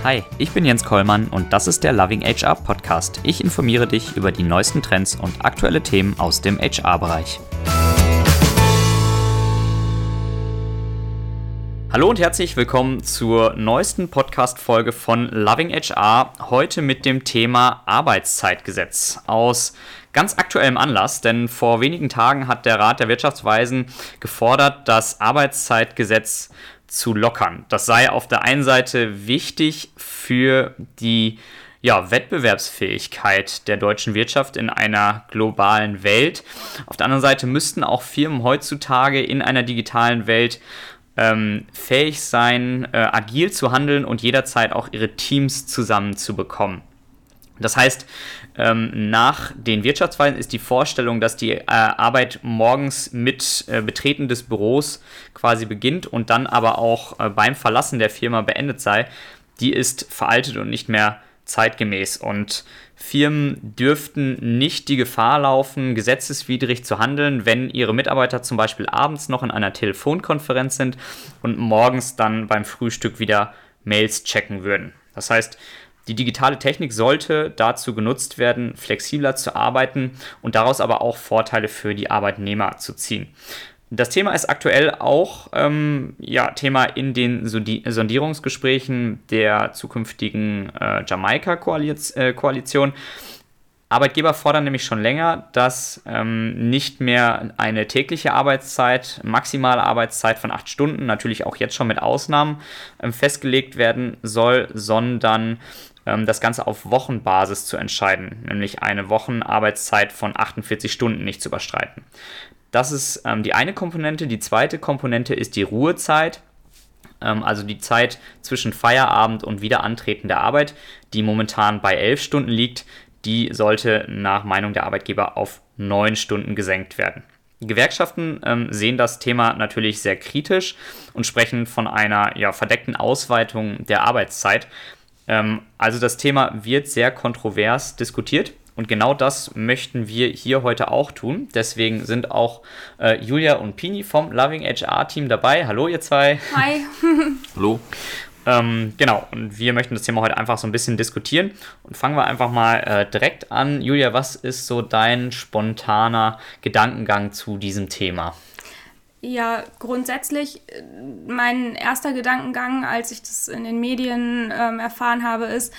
Hi, ich bin Jens Kollmann und das ist der Loving HR Podcast. Ich informiere dich über die neuesten Trends und aktuelle Themen aus dem HR-Bereich. Hallo und herzlich willkommen zur neuesten Podcast-Folge von Loving HR. Heute mit dem Thema Arbeitszeitgesetz. Aus ganz aktuellem Anlass, denn vor wenigen Tagen hat der Rat der Wirtschaftsweisen gefordert, das Arbeitszeitgesetz zu lockern. Das sei auf der einen Seite wichtig für die Wettbewerbsfähigkeit der deutschen Wirtschaft in einer globalen Welt. Auf der anderen Seite müssten auch Firmen heutzutage in einer digitalen Welt fähig sein, agil zu handeln und jederzeit auch ihre Teams zusammenzubekommen. Das heißt, nach den Wirtschaftsweisen ist die Vorstellung, dass die Arbeit morgens mit Betreten des Büros quasi beginnt und dann aber auch beim Verlassen der Firma beendet sei, die ist veraltet und nicht mehr zeitgemäß. Und Firmen dürften nicht die Gefahr laufen, gesetzeswidrig zu handeln, wenn ihre Mitarbeiter zum Beispiel abends noch in einer Telefonkonferenz sind und morgens dann beim Frühstück wieder Mails checken würden. Das heißt, die digitale Technik sollte dazu genutzt werden, flexibler zu arbeiten und daraus aber auch Vorteile für die Arbeitnehmer zu ziehen. Das Thema ist aktuell auch Thema in den Sondierungsgesprächen der zukünftigen Jamaika-Koalition. Arbeitgeber fordern nämlich schon länger, dass nicht mehr eine tägliche Arbeitszeit, maximale Arbeitszeit von 8 Stunden, natürlich auch jetzt schon mit Ausnahmen, festgelegt werden soll, sondern das Ganze auf Wochenbasis zu entscheiden, nämlich eine Wochenarbeitszeit von 48 Stunden nicht zu überschreiten. Das ist die eine Komponente. Die zweite Komponente ist die Ruhezeit, also die Zeit zwischen Feierabend und Wiederantreten der Arbeit, die momentan bei 11 Stunden liegt. Die sollte nach Meinung der Arbeitgeber auf 9 Stunden gesenkt werden. Die Gewerkschaften sehen das Thema natürlich sehr kritisch und sprechen von einer verdeckten Ausweitung der Arbeitszeit. Also das Thema wird sehr kontrovers diskutiert. Und genau das möchten wir hier heute auch tun. Deswegen sind auch Julia und Pini vom Loving HR Team dabei. Hallo ihr zwei. Hi. Hallo. Genau, und wir möchten das Thema heute einfach so ein bisschen diskutieren. Und fangen wir einfach mal direkt an. Julia, was ist so dein spontaner Gedankengang zu diesem Thema? Ja, grundsätzlich, mein erster Gedankengang, als ich das in den Medien erfahren habe, ist,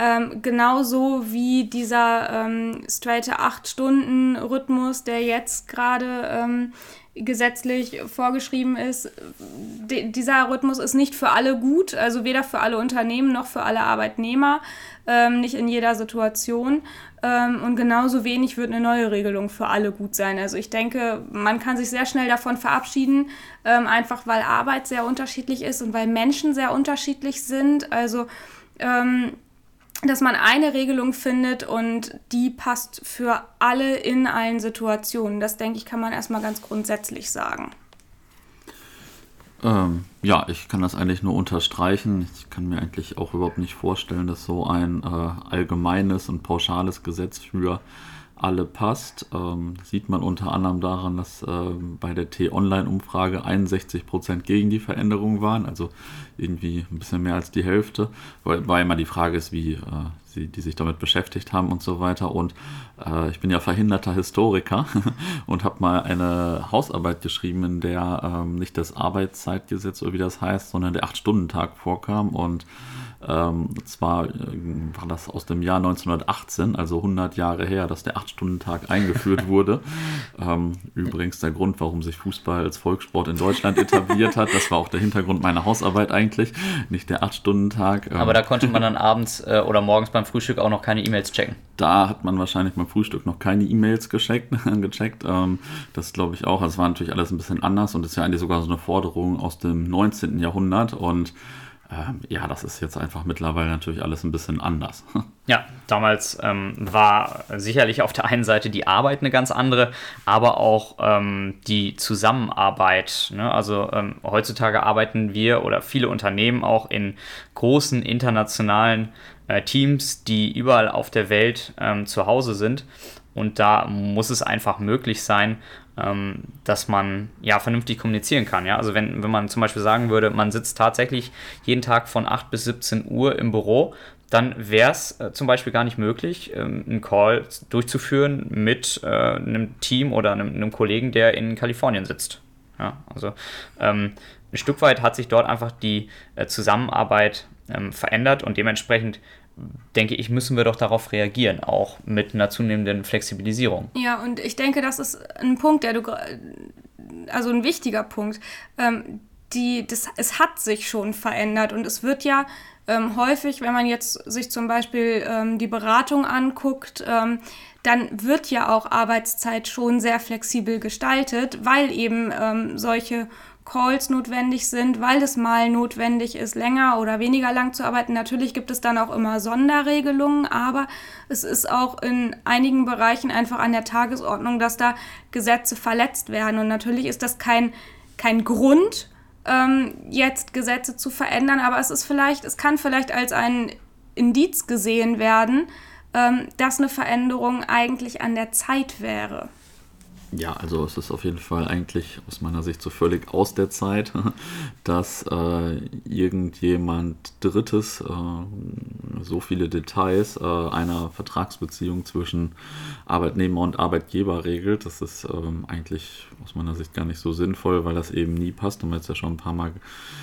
genauso wie dieser straighte 8-Stunden-Rhythmus, der jetzt gerade gesetzlich vorgeschrieben ist, dieser Rhythmus ist nicht für alle gut, also weder für alle Unternehmen noch für alle Arbeitnehmer, nicht in jeder Situation. Und genauso wenig wird eine neue Regelung für alle gut sein. Also ich denke, man kann sich sehr schnell davon verabschieden, einfach weil Arbeit sehr unterschiedlich ist und weil Menschen sehr unterschiedlich sind. Also dass man eine Regelung findet und die passt für alle in allen Situationen. Das, denke ich, kann man erstmal ganz grundsätzlich sagen. Ich kann das eigentlich nur unterstreichen. Ich kann mir eigentlich auch überhaupt nicht vorstellen, dass so ein allgemeines und pauschales Gesetz für alle passt. Sieht man unter anderem daran, dass bei der T-Online-Umfrage 61% gegen die Veränderung waren, also irgendwie ein bisschen mehr als die Hälfte, weil immer die Frage ist, wie die sich damit beschäftigt haben und so weiter. Und ich bin ja verhinderter Historiker und habe mal eine Hausarbeit geschrieben, in der nicht das Arbeitszeitgesetz, oder wie das heißt, sondern der 8-Stunden-Tag vorkam. Und zwar war das aus dem Jahr 1918, also 100 Jahre her, dass der 8-Stunden-Tag eingeführt wurde. Übrigens der Grund, warum sich Fußball als Volkssport in Deutschland etabliert hat. Das war auch der Hintergrund meiner Hausarbeit eigentlich, nicht der 8-Stunden-Tag. Aber da konnte man dann abends oder morgens beim Frühstück auch noch keine E-Mails checken. Da hat man wahrscheinlich beim Frühstück noch keine E-Mails gecheckt. Das glaube ich auch. Also es war natürlich alles ein bisschen anders und das ist ja eigentlich sogar so eine Forderung aus dem 19. Jahrhundert und das ist jetzt einfach mittlerweile natürlich alles ein bisschen anders. Ja, damals war sicherlich auf der einen Seite die Arbeit eine ganz andere, aber auch die Zusammenarbeit. Ne? Also heutzutage arbeiten wir oder viele Unternehmen auch in großen internationalen Teams, die überall auf der Welt zu Hause sind. Und da muss es einfach möglich sein, dass man vernünftig kommunizieren kann. Ja? Also wenn man zum Beispiel sagen würde, man sitzt tatsächlich jeden Tag von 8 bis 17 Uhr im Büro, dann wäre es zum Beispiel gar nicht möglich, einen Call durchzuführen mit einem Team oder einem Kollegen, der in Kalifornien sitzt. Ja? Also ein Stück weit hat sich dort einfach die Zusammenarbeit verändert und dementsprechend denke ich, müssen wir doch darauf reagieren, auch mit einer zunehmenden Flexibilisierung. Ja, und ich denke, das ist ein Punkt, also ein wichtiger Punkt. Es hat sich schon verändert und es wird ja häufig, wenn man jetzt sich zum Beispiel die Beratung anguckt, dann wird ja auch Arbeitszeit schon sehr flexibel gestaltet, weil eben solche Calls notwendig sind, weil es mal notwendig ist, länger oder weniger lang zu arbeiten. Natürlich gibt es dann auch immer Sonderregelungen, aber es ist auch in einigen Bereichen einfach an der Tagesordnung, dass da Gesetze verletzt werden. Und natürlich ist das kein Grund, jetzt Gesetze zu verändern, aber es kann vielleicht als ein Indiz gesehen werden, dass eine Veränderung eigentlich an der Zeit wäre. Ja, also es ist auf jeden Fall eigentlich aus meiner Sicht so völlig aus der Zeit, dass irgendjemand Drittes so viele Details einer Vertragsbeziehung zwischen Arbeitnehmer und Arbeitgeber regelt. Das ist eigentlich aus meiner Sicht gar nicht so sinnvoll, weil das eben nie passt. Haben wir jetzt ja schon ein paar Mal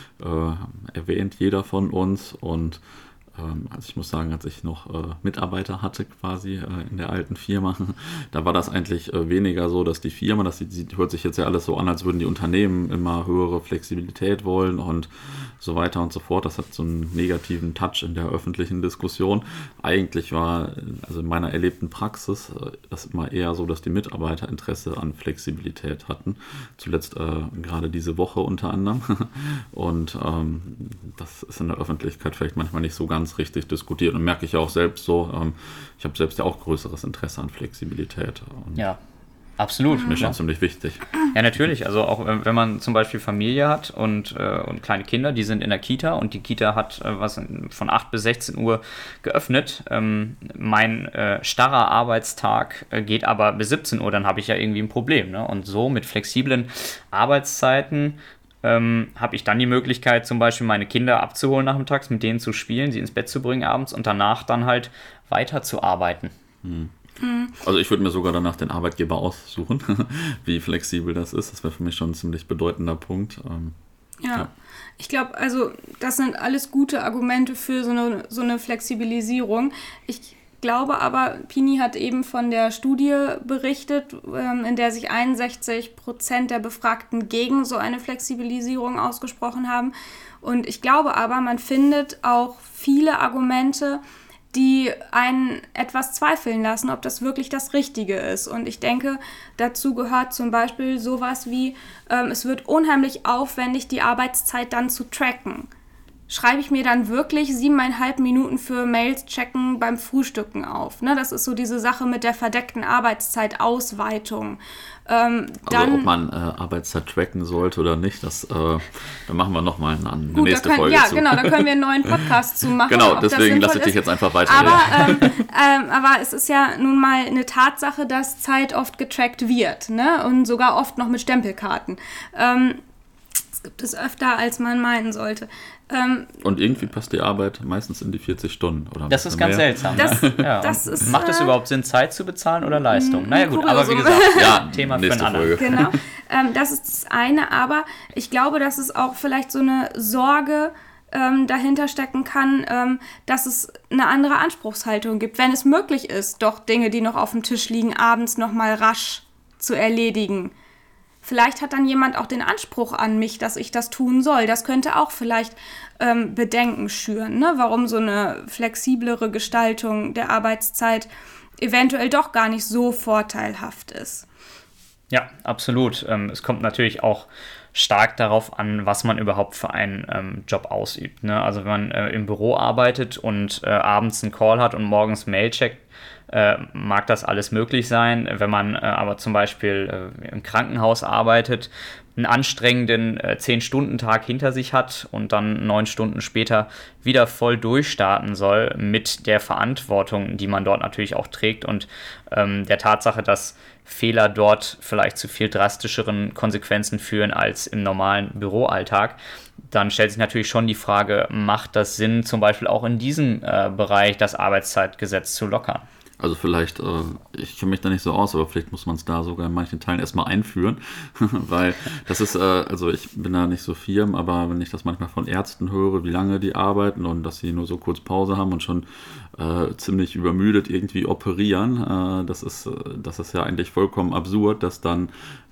erwähnt, jeder von uns. Und also ich muss sagen, als ich noch Mitarbeiter hatte quasi in der alten Firma, da war das eigentlich weniger so, dass die Firma, hört sich jetzt ja alles so an, als würden die Unternehmen immer höhere Flexibilität wollen und so weiter und so fort. Das hat so einen negativen Touch in der öffentlichen Diskussion. Eigentlich war, also in meiner erlebten Praxis, das immer eher so, dass die Mitarbeiter Interesse an Flexibilität hatten. Zuletzt gerade diese Woche unter anderem. Und das ist in der Öffentlichkeit vielleicht manchmal nicht so ganz richtig diskutiert und merke ich ja auch selbst so, ich habe selbst ja auch größeres Interesse an Flexibilität. Und ja, absolut. Mir schon ziemlich wichtig. Ja, natürlich. Also auch wenn man zum Beispiel Familie hat und kleine Kinder, die sind in der Kita und die Kita hat von 8 bis 16 Uhr geöffnet. Mein starrer Arbeitstag geht aber bis 17 Uhr, dann habe ich ja irgendwie ein Problem. Ne? Und so mit flexiblen Arbeitszeiten habe ich dann die Möglichkeit, zum Beispiel meine Kinder abzuholen nachmittags, mit denen zu spielen, sie ins Bett zu bringen abends und danach dann halt weiterzuarbeiten. Also ich würde mir sogar danach den Arbeitgeber aussuchen, wie flexibel das ist. Das wäre für mich schon ein ziemlich bedeutender Punkt. Ja. Ich glaube, also das sind alles gute Argumente für so eine Flexibilisierung. Ich glaube aber, Pini hat eben von der Studie berichtet, in der sich 61% der Befragten gegen so eine Flexibilisierung ausgesprochen haben. Und ich glaube aber, man findet auch viele Argumente, die einen etwas zweifeln lassen, ob das wirklich das Richtige ist. Und ich denke, dazu gehört zum Beispiel sowas wie, es wird unheimlich aufwendig, die Arbeitszeit dann zu tracken. Schreibe ich mir dann wirklich 7,5 Minuten für Mails checken beim Frühstücken auf. Ne? Das ist so diese Sache mit der verdeckten Arbeitszeitausweitung. Also ob man Arbeitszeit tracken sollte oder nicht, da machen wir nochmal eine nächste Folge zu. Ja, genau, da können wir einen neuen Podcast zu machen. Genau, deswegen lasse ich dich jetzt einfach weiterreden. Aber es ist ja nun mal eine Tatsache, dass Zeit oft getrackt wird, ne? Und sogar oft noch mit Stempelkarten. Das gibt es öfter, als man meinen sollte. Und irgendwie passt die Arbeit meistens in die 40 Stunden. Oder das ist ganz seltsam. Macht es überhaupt Sinn, Zeit zu bezahlen oder Leistung? Naja gut, aber wie gesagt, Thema für eine andere. Genau, das ist das eine, aber ich glaube, dass es auch vielleicht so eine Sorge dahinter stecken kann, dass es eine andere Anspruchshaltung gibt, wenn es möglich ist, doch Dinge, die noch auf dem Tisch liegen, abends nochmal rasch zu erledigen. Vielleicht hat dann jemand auch den Anspruch an mich, dass ich das tun soll. Das könnte auch vielleicht Bedenken schüren, ne? Warum so eine flexiblere Gestaltung der Arbeitszeit eventuell doch gar nicht so vorteilhaft ist. Ja, absolut. Es kommt natürlich auch stark darauf an, was man überhaupt für einen Job ausübt. Ne? Also wenn man im Büro arbeitet und abends einen Call hat und morgens Mail checkt, mag das alles möglich sein. Wenn man aber zum Beispiel im Krankenhaus arbeitet, einen anstrengenden 10-Stunden-Tag hinter sich hat und dann 9 Stunden später wieder voll durchstarten soll mit der Verantwortung, die man dort natürlich auch trägt und der Tatsache, dass Fehler dort vielleicht zu viel drastischeren Konsequenzen führen als im normalen Büroalltag, dann stellt sich natürlich schon die Frage, macht das Sinn, zum Beispiel auch in diesem Bereich das Arbeitszeitgesetz zu lockern? Also vielleicht, ich kenne mich da nicht so aus, aber vielleicht muss man es da sogar in manchen Teilen erstmal einführen, weil das ist, also ich bin da nicht so firm, aber wenn ich das manchmal von Ärzten höre, wie lange die arbeiten und dass sie nur so kurz Pause haben und schon ziemlich übermüdet irgendwie operieren, das ist ja eigentlich vollkommen absurd, dass dann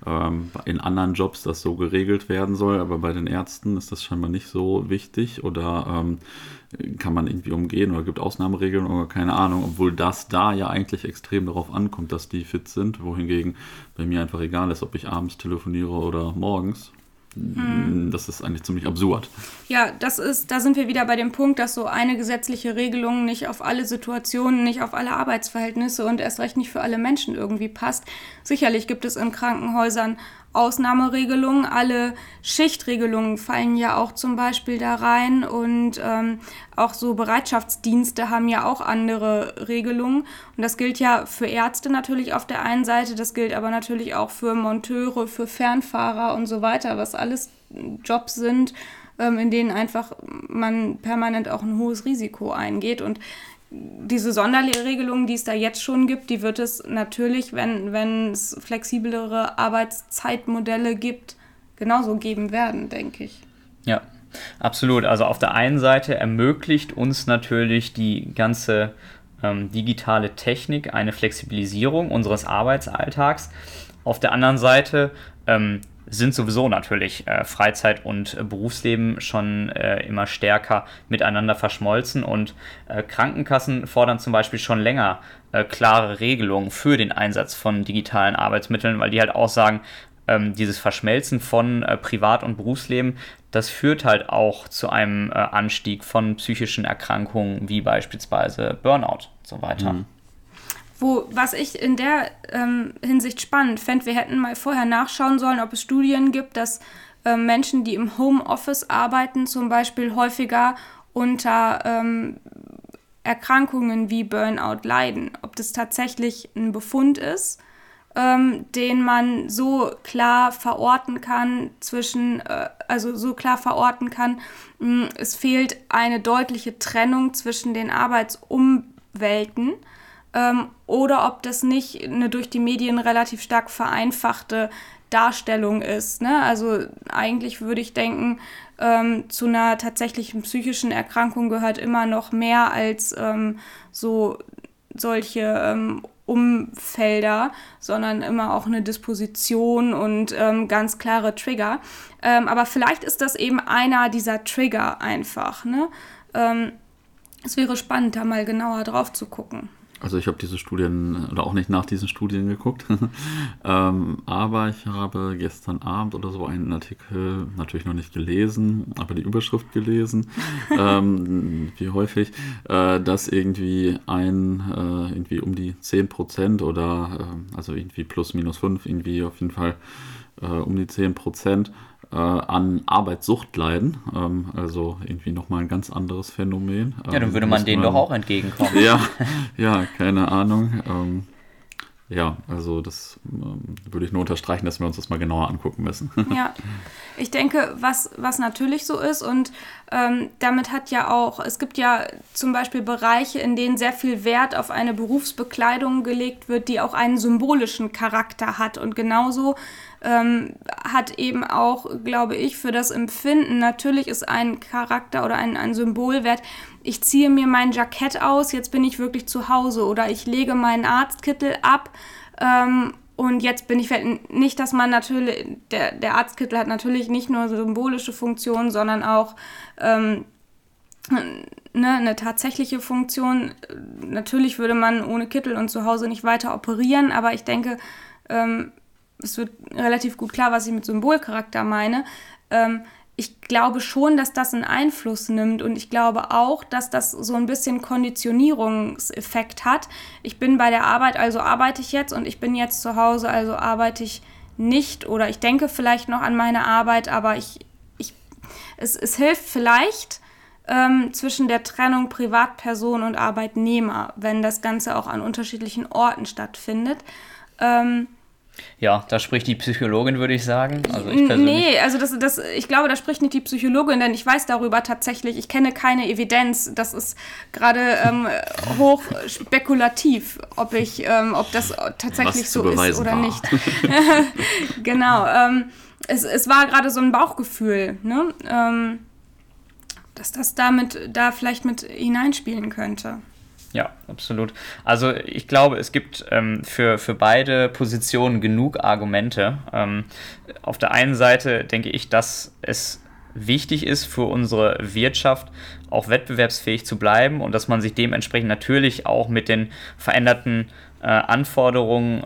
in anderen Jobs das so geregelt werden soll, aber bei den Ärzten ist das scheinbar nicht so wichtig oder kann man irgendwie umgehen oder gibt Ausnahmeregeln oder keine Ahnung, obwohl das da ja eigentlich extrem darauf ankommt, dass die fit sind, wohingegen bei mir einfach egal ist, ob ich abends telefoniere oder morgens. Das ist eigentlich ziemlich absurd. Ja, da sind wir wieder bei dem Punkt, dass so eine gesetzliche Regelung nicht auf alle Situationen, nicht auf alle Arbeitsverhältnisse und erst recht nicht für alle Menschen irgendwie passt. Sicherlich gibt es in Krankenhäusern Ausnahmeregelungen. Alle Schichtregelungen fallen ja auch zum Beispiel da rein und auch so Bereitschaftsdienste haben ja auch andere Regelungen. Und das gilt ja für Ärzte natürlich auf der einen Seite, das gilt aber natürlich auch für Monteure, für Fernfahrer und so weiter, was alles Jobs sind, in denen einfach man permanent auch ein hohes Risiko eingeht. Und diese Sonderregelungen, die es da jetzt schon gibt, die wird es natürlich, wenn es flexiblere Arbeitszeitmodelle gibt, genauso geben werden, denke ich. Ja, absolut. Also auf der einen Seite ermöglicht uns natürlich die ganze digitale Technik eine Flexibilisierung unseres Arbeitsalltags. Auf der anderen Seite sind sowieso natürlich Freizeit und Berufsleben schon immer stärker miteinander verschmolzen und Krankenkassen fordern zum Beispiel schon länger klare Regelungen für den Einsatz von digitalen Arbeitsmitteln, weil die halt auch sagen, dieses Verschmelzen von Privat- und Berufsleben, das führt halt auch zu einem Anstieg von psychischen Erkrankungen wie beispielsweise Burnout und so weiter. Mhm. Was ich in der Hinsicht spannend fände, wir hätten mal vorher nachschauen sollen, ob es Studien gibt, dass Menschen, die im Homeoffice arbeiten, zum Beispiel häufiger unter Erkrankungen wie Burnout leiden. Ob das tatsächlich ein Befund ist, den man so klar verorten kann es fehlt eine deutliche Trennung zwischen den Arbeitsumwelten. Oder ob das nicht eine durch die Medien relativ stark vereinfachte Darstellung ist. Ne? Also eigentlich würde ich denken, zu einer tatsächlichen psychischen Erkrankung gehört immer noch mehr als solche Umfelder, sondern immer auch eine Disposition und ganz klare Trigger. Aber vielleicht ist das eben einer dieser Trigger einfach. Ne? Es wäre spannend, da mal genauer drauf zu gucken. Also ich habe diese Studien oder auch nicht nach diesen Studien geguckt, aber ich habe gestern Abend oder so einen Artikel natürlich noch nicht gelesen, aber die Überschrift gelesen, wie häufig, dass irgendwie irgendwie um die 10% oder also irgendwie plus minus 5, irgendwie auf jeden Fall um die 10% an Arbeitssucht leiden. Also irgendwie nochmal ein ganz anderes Phänomen. Ja, dann würde man denen doch auch entgegenkommen. Ja, keine Ahnung. Ja, also das würde ich nur unterstreichen, dass wir uns das mal genauer angucken müssen. Ja, ich denke, was natürlich so ist und damit es gibt ja zum Beispiel Bereiche, in denen sehr viel Wert auf eine Berufsbekleidung gelegt wird, die auch einen symbolischen Charakter hat und genauso hat eben auch, glaube ich, für das Empfinden, natürlich ist ein Charakter oder ein Symbolwert, ich ziehe mir mein Jackett aus, jetzt bin ich wirklich zu Hause oder ich lege meinen Arztkittel ab und jetzt bin ich nicht, dass man natürlich, der Arztkittel hat natürlich nicht nur symbolische Funktionen, sondern auch eine tatsächliche Funktion. Natürlich würde man ohne Kittel und zu Hause nicht weiter operieren, aber ich denke, es wird relativ gut klar, was ich mit Symbolcharakter meine. Ich glaube schon, dass das einen Einfluss nimmt und ich glaube auch, dass das so ein bisschen Konditionierungseffekt hat. Ich bin bei der Arbeit, also arbeite ich jetzt und ich bin jetzt zu Hause, also arbeite ich nicht oder ich denke vielleicht noch an meine Arbeit, aber es hilft vielleicht zwischen der Trennung Privatperson und Arbeitnehmer, wenn das Ganze auch an unterschiedlichen Orten stattfindet. Ja, da spricht die Psychologin, würde ich sagen. Also ich persönlich. Nee, also ich glaube, da spricht nicht die Psychologin, denn ich weiß darüber tatsächlich, ich kenne keine Evidenz. Das ist gerade hoch spekulativ, ob das tatsächlich so ist oder nicht. Genau. Es war gerade so ein Bauchgefühl, ne? Dass das da vielleicht mit hineinspielen könnte. Ja, absolut. Also ich glaube, es gibt für beide Positionen genug Argumente. Auf der einen Seite denke ich, dass es wichtig ist für unsere Wirtschaft, auch wettbewerbsfähig zu bleiben und dass man sich dementsprechend natürlich auch mit den veränderten Anforderungen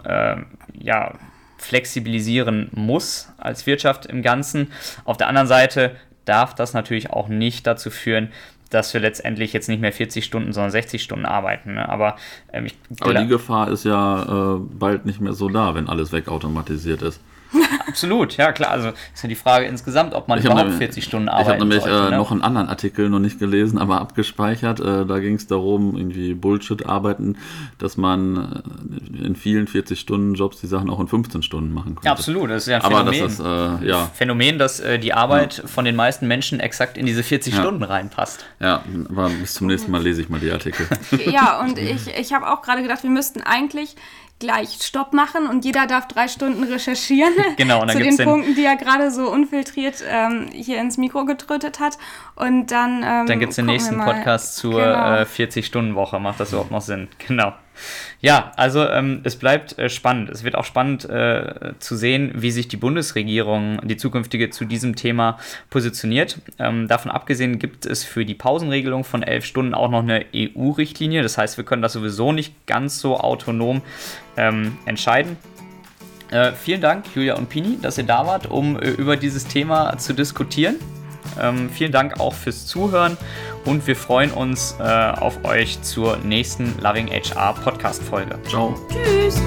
flexibilisieren muss als Wirtschaft im Ganzen. Auf der anderen Seite darf das natürlich auch nicht dazu führen, dass wir letztendlich jetzt nicht mehr 40 Stunden, sondern 60 Stunden arbeiten. Ne? Aber die Gefahr ist ja bald nicht mehr so da, wenn alles wegautomatisiert ist. Absolut, ja klar. Also ist ja die Frage insgesamt, ob man überhaupt 40 Stunden arbeiten sollte. Ich habe nämlich noch einen anderen Artikel noch nicht gelesen, aber abgespeichert. Da ging es darum, irgendwie Bullshit-Arbeiten, dass man in vielen 40-Stunden-Jobs die Sachen auch in 15 Stunden machen könnte. Ja, absolut, das ist ja ein Phänomen, dass die Arbeit von den meisten Menschen exakt in diese 40 Stunden reinpasst. Ja, aber bis zum nächsten Mal lese ich mal die Artikel. Ja, und ich habe auch gerade gedacht, wir müssten eigentlich gleich Stopp machen und jeder darf 3 Stunden recherchieren genau, und dann zu den Punkten, die er gerade so unfiltriert hier ins Mikro getrötet hat. Und dann gibt es den nächsten Podcast zur 40-Stunden-Woche. Macht das überhaupt noch Sinn? Genau. Ja, also es bleibt spannend. Es wird auch spannend zu sehen, wie sich die Bundesregierung, die zukünftige, zu diesem Thema positioniert. Davon abgesehen gibt es für die Pausenregelung von 11 Stunden auch noch eine EU-Richtlinie. Das heißt, wir können das sowieso nicht ganz so autonom entscheiden. Vielen Dank, Julia und Pini, dass ihr da wart, um über dieses Thema zu diskutieren. Vielen Dank auch fürs Zuhören und wir freuen uns auf euch zur nächsten Loving HR Podcast-Folge. Ciao. Tschüss.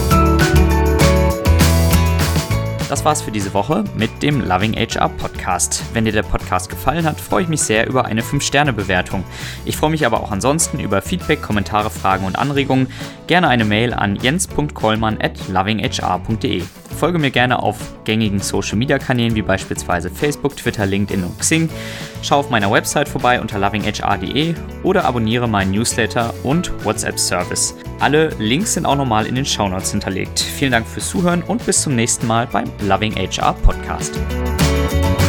Das war's für diese Woche mit dem Loving HR Podcast. Wenn dir der Podcast gefallen hat, freue ich mich sehr über eine 5-Sterne-Bewertung. Ich freue mich aber auch ansonsten über Feedback, Kommentare, Fragen und Anregungen. Gerne eine Mail an jens.kollmann@lovinghr.de. Folge mir gerne auf gängigen Social-Media-Kanälen wie beispielsweise Facebook, Twitter, LinkedIn und Xing. Schau auf meiner Website vorbei unter lovinghr.de oder abonniere meinen Newsletter und WhatsApp-Service. Alle Links sind auch nochmal in den Shownotes hinterlegt. Vielen Dank fürs Zuhören und bis zum nächsten Mal beim Loving HR Podcast.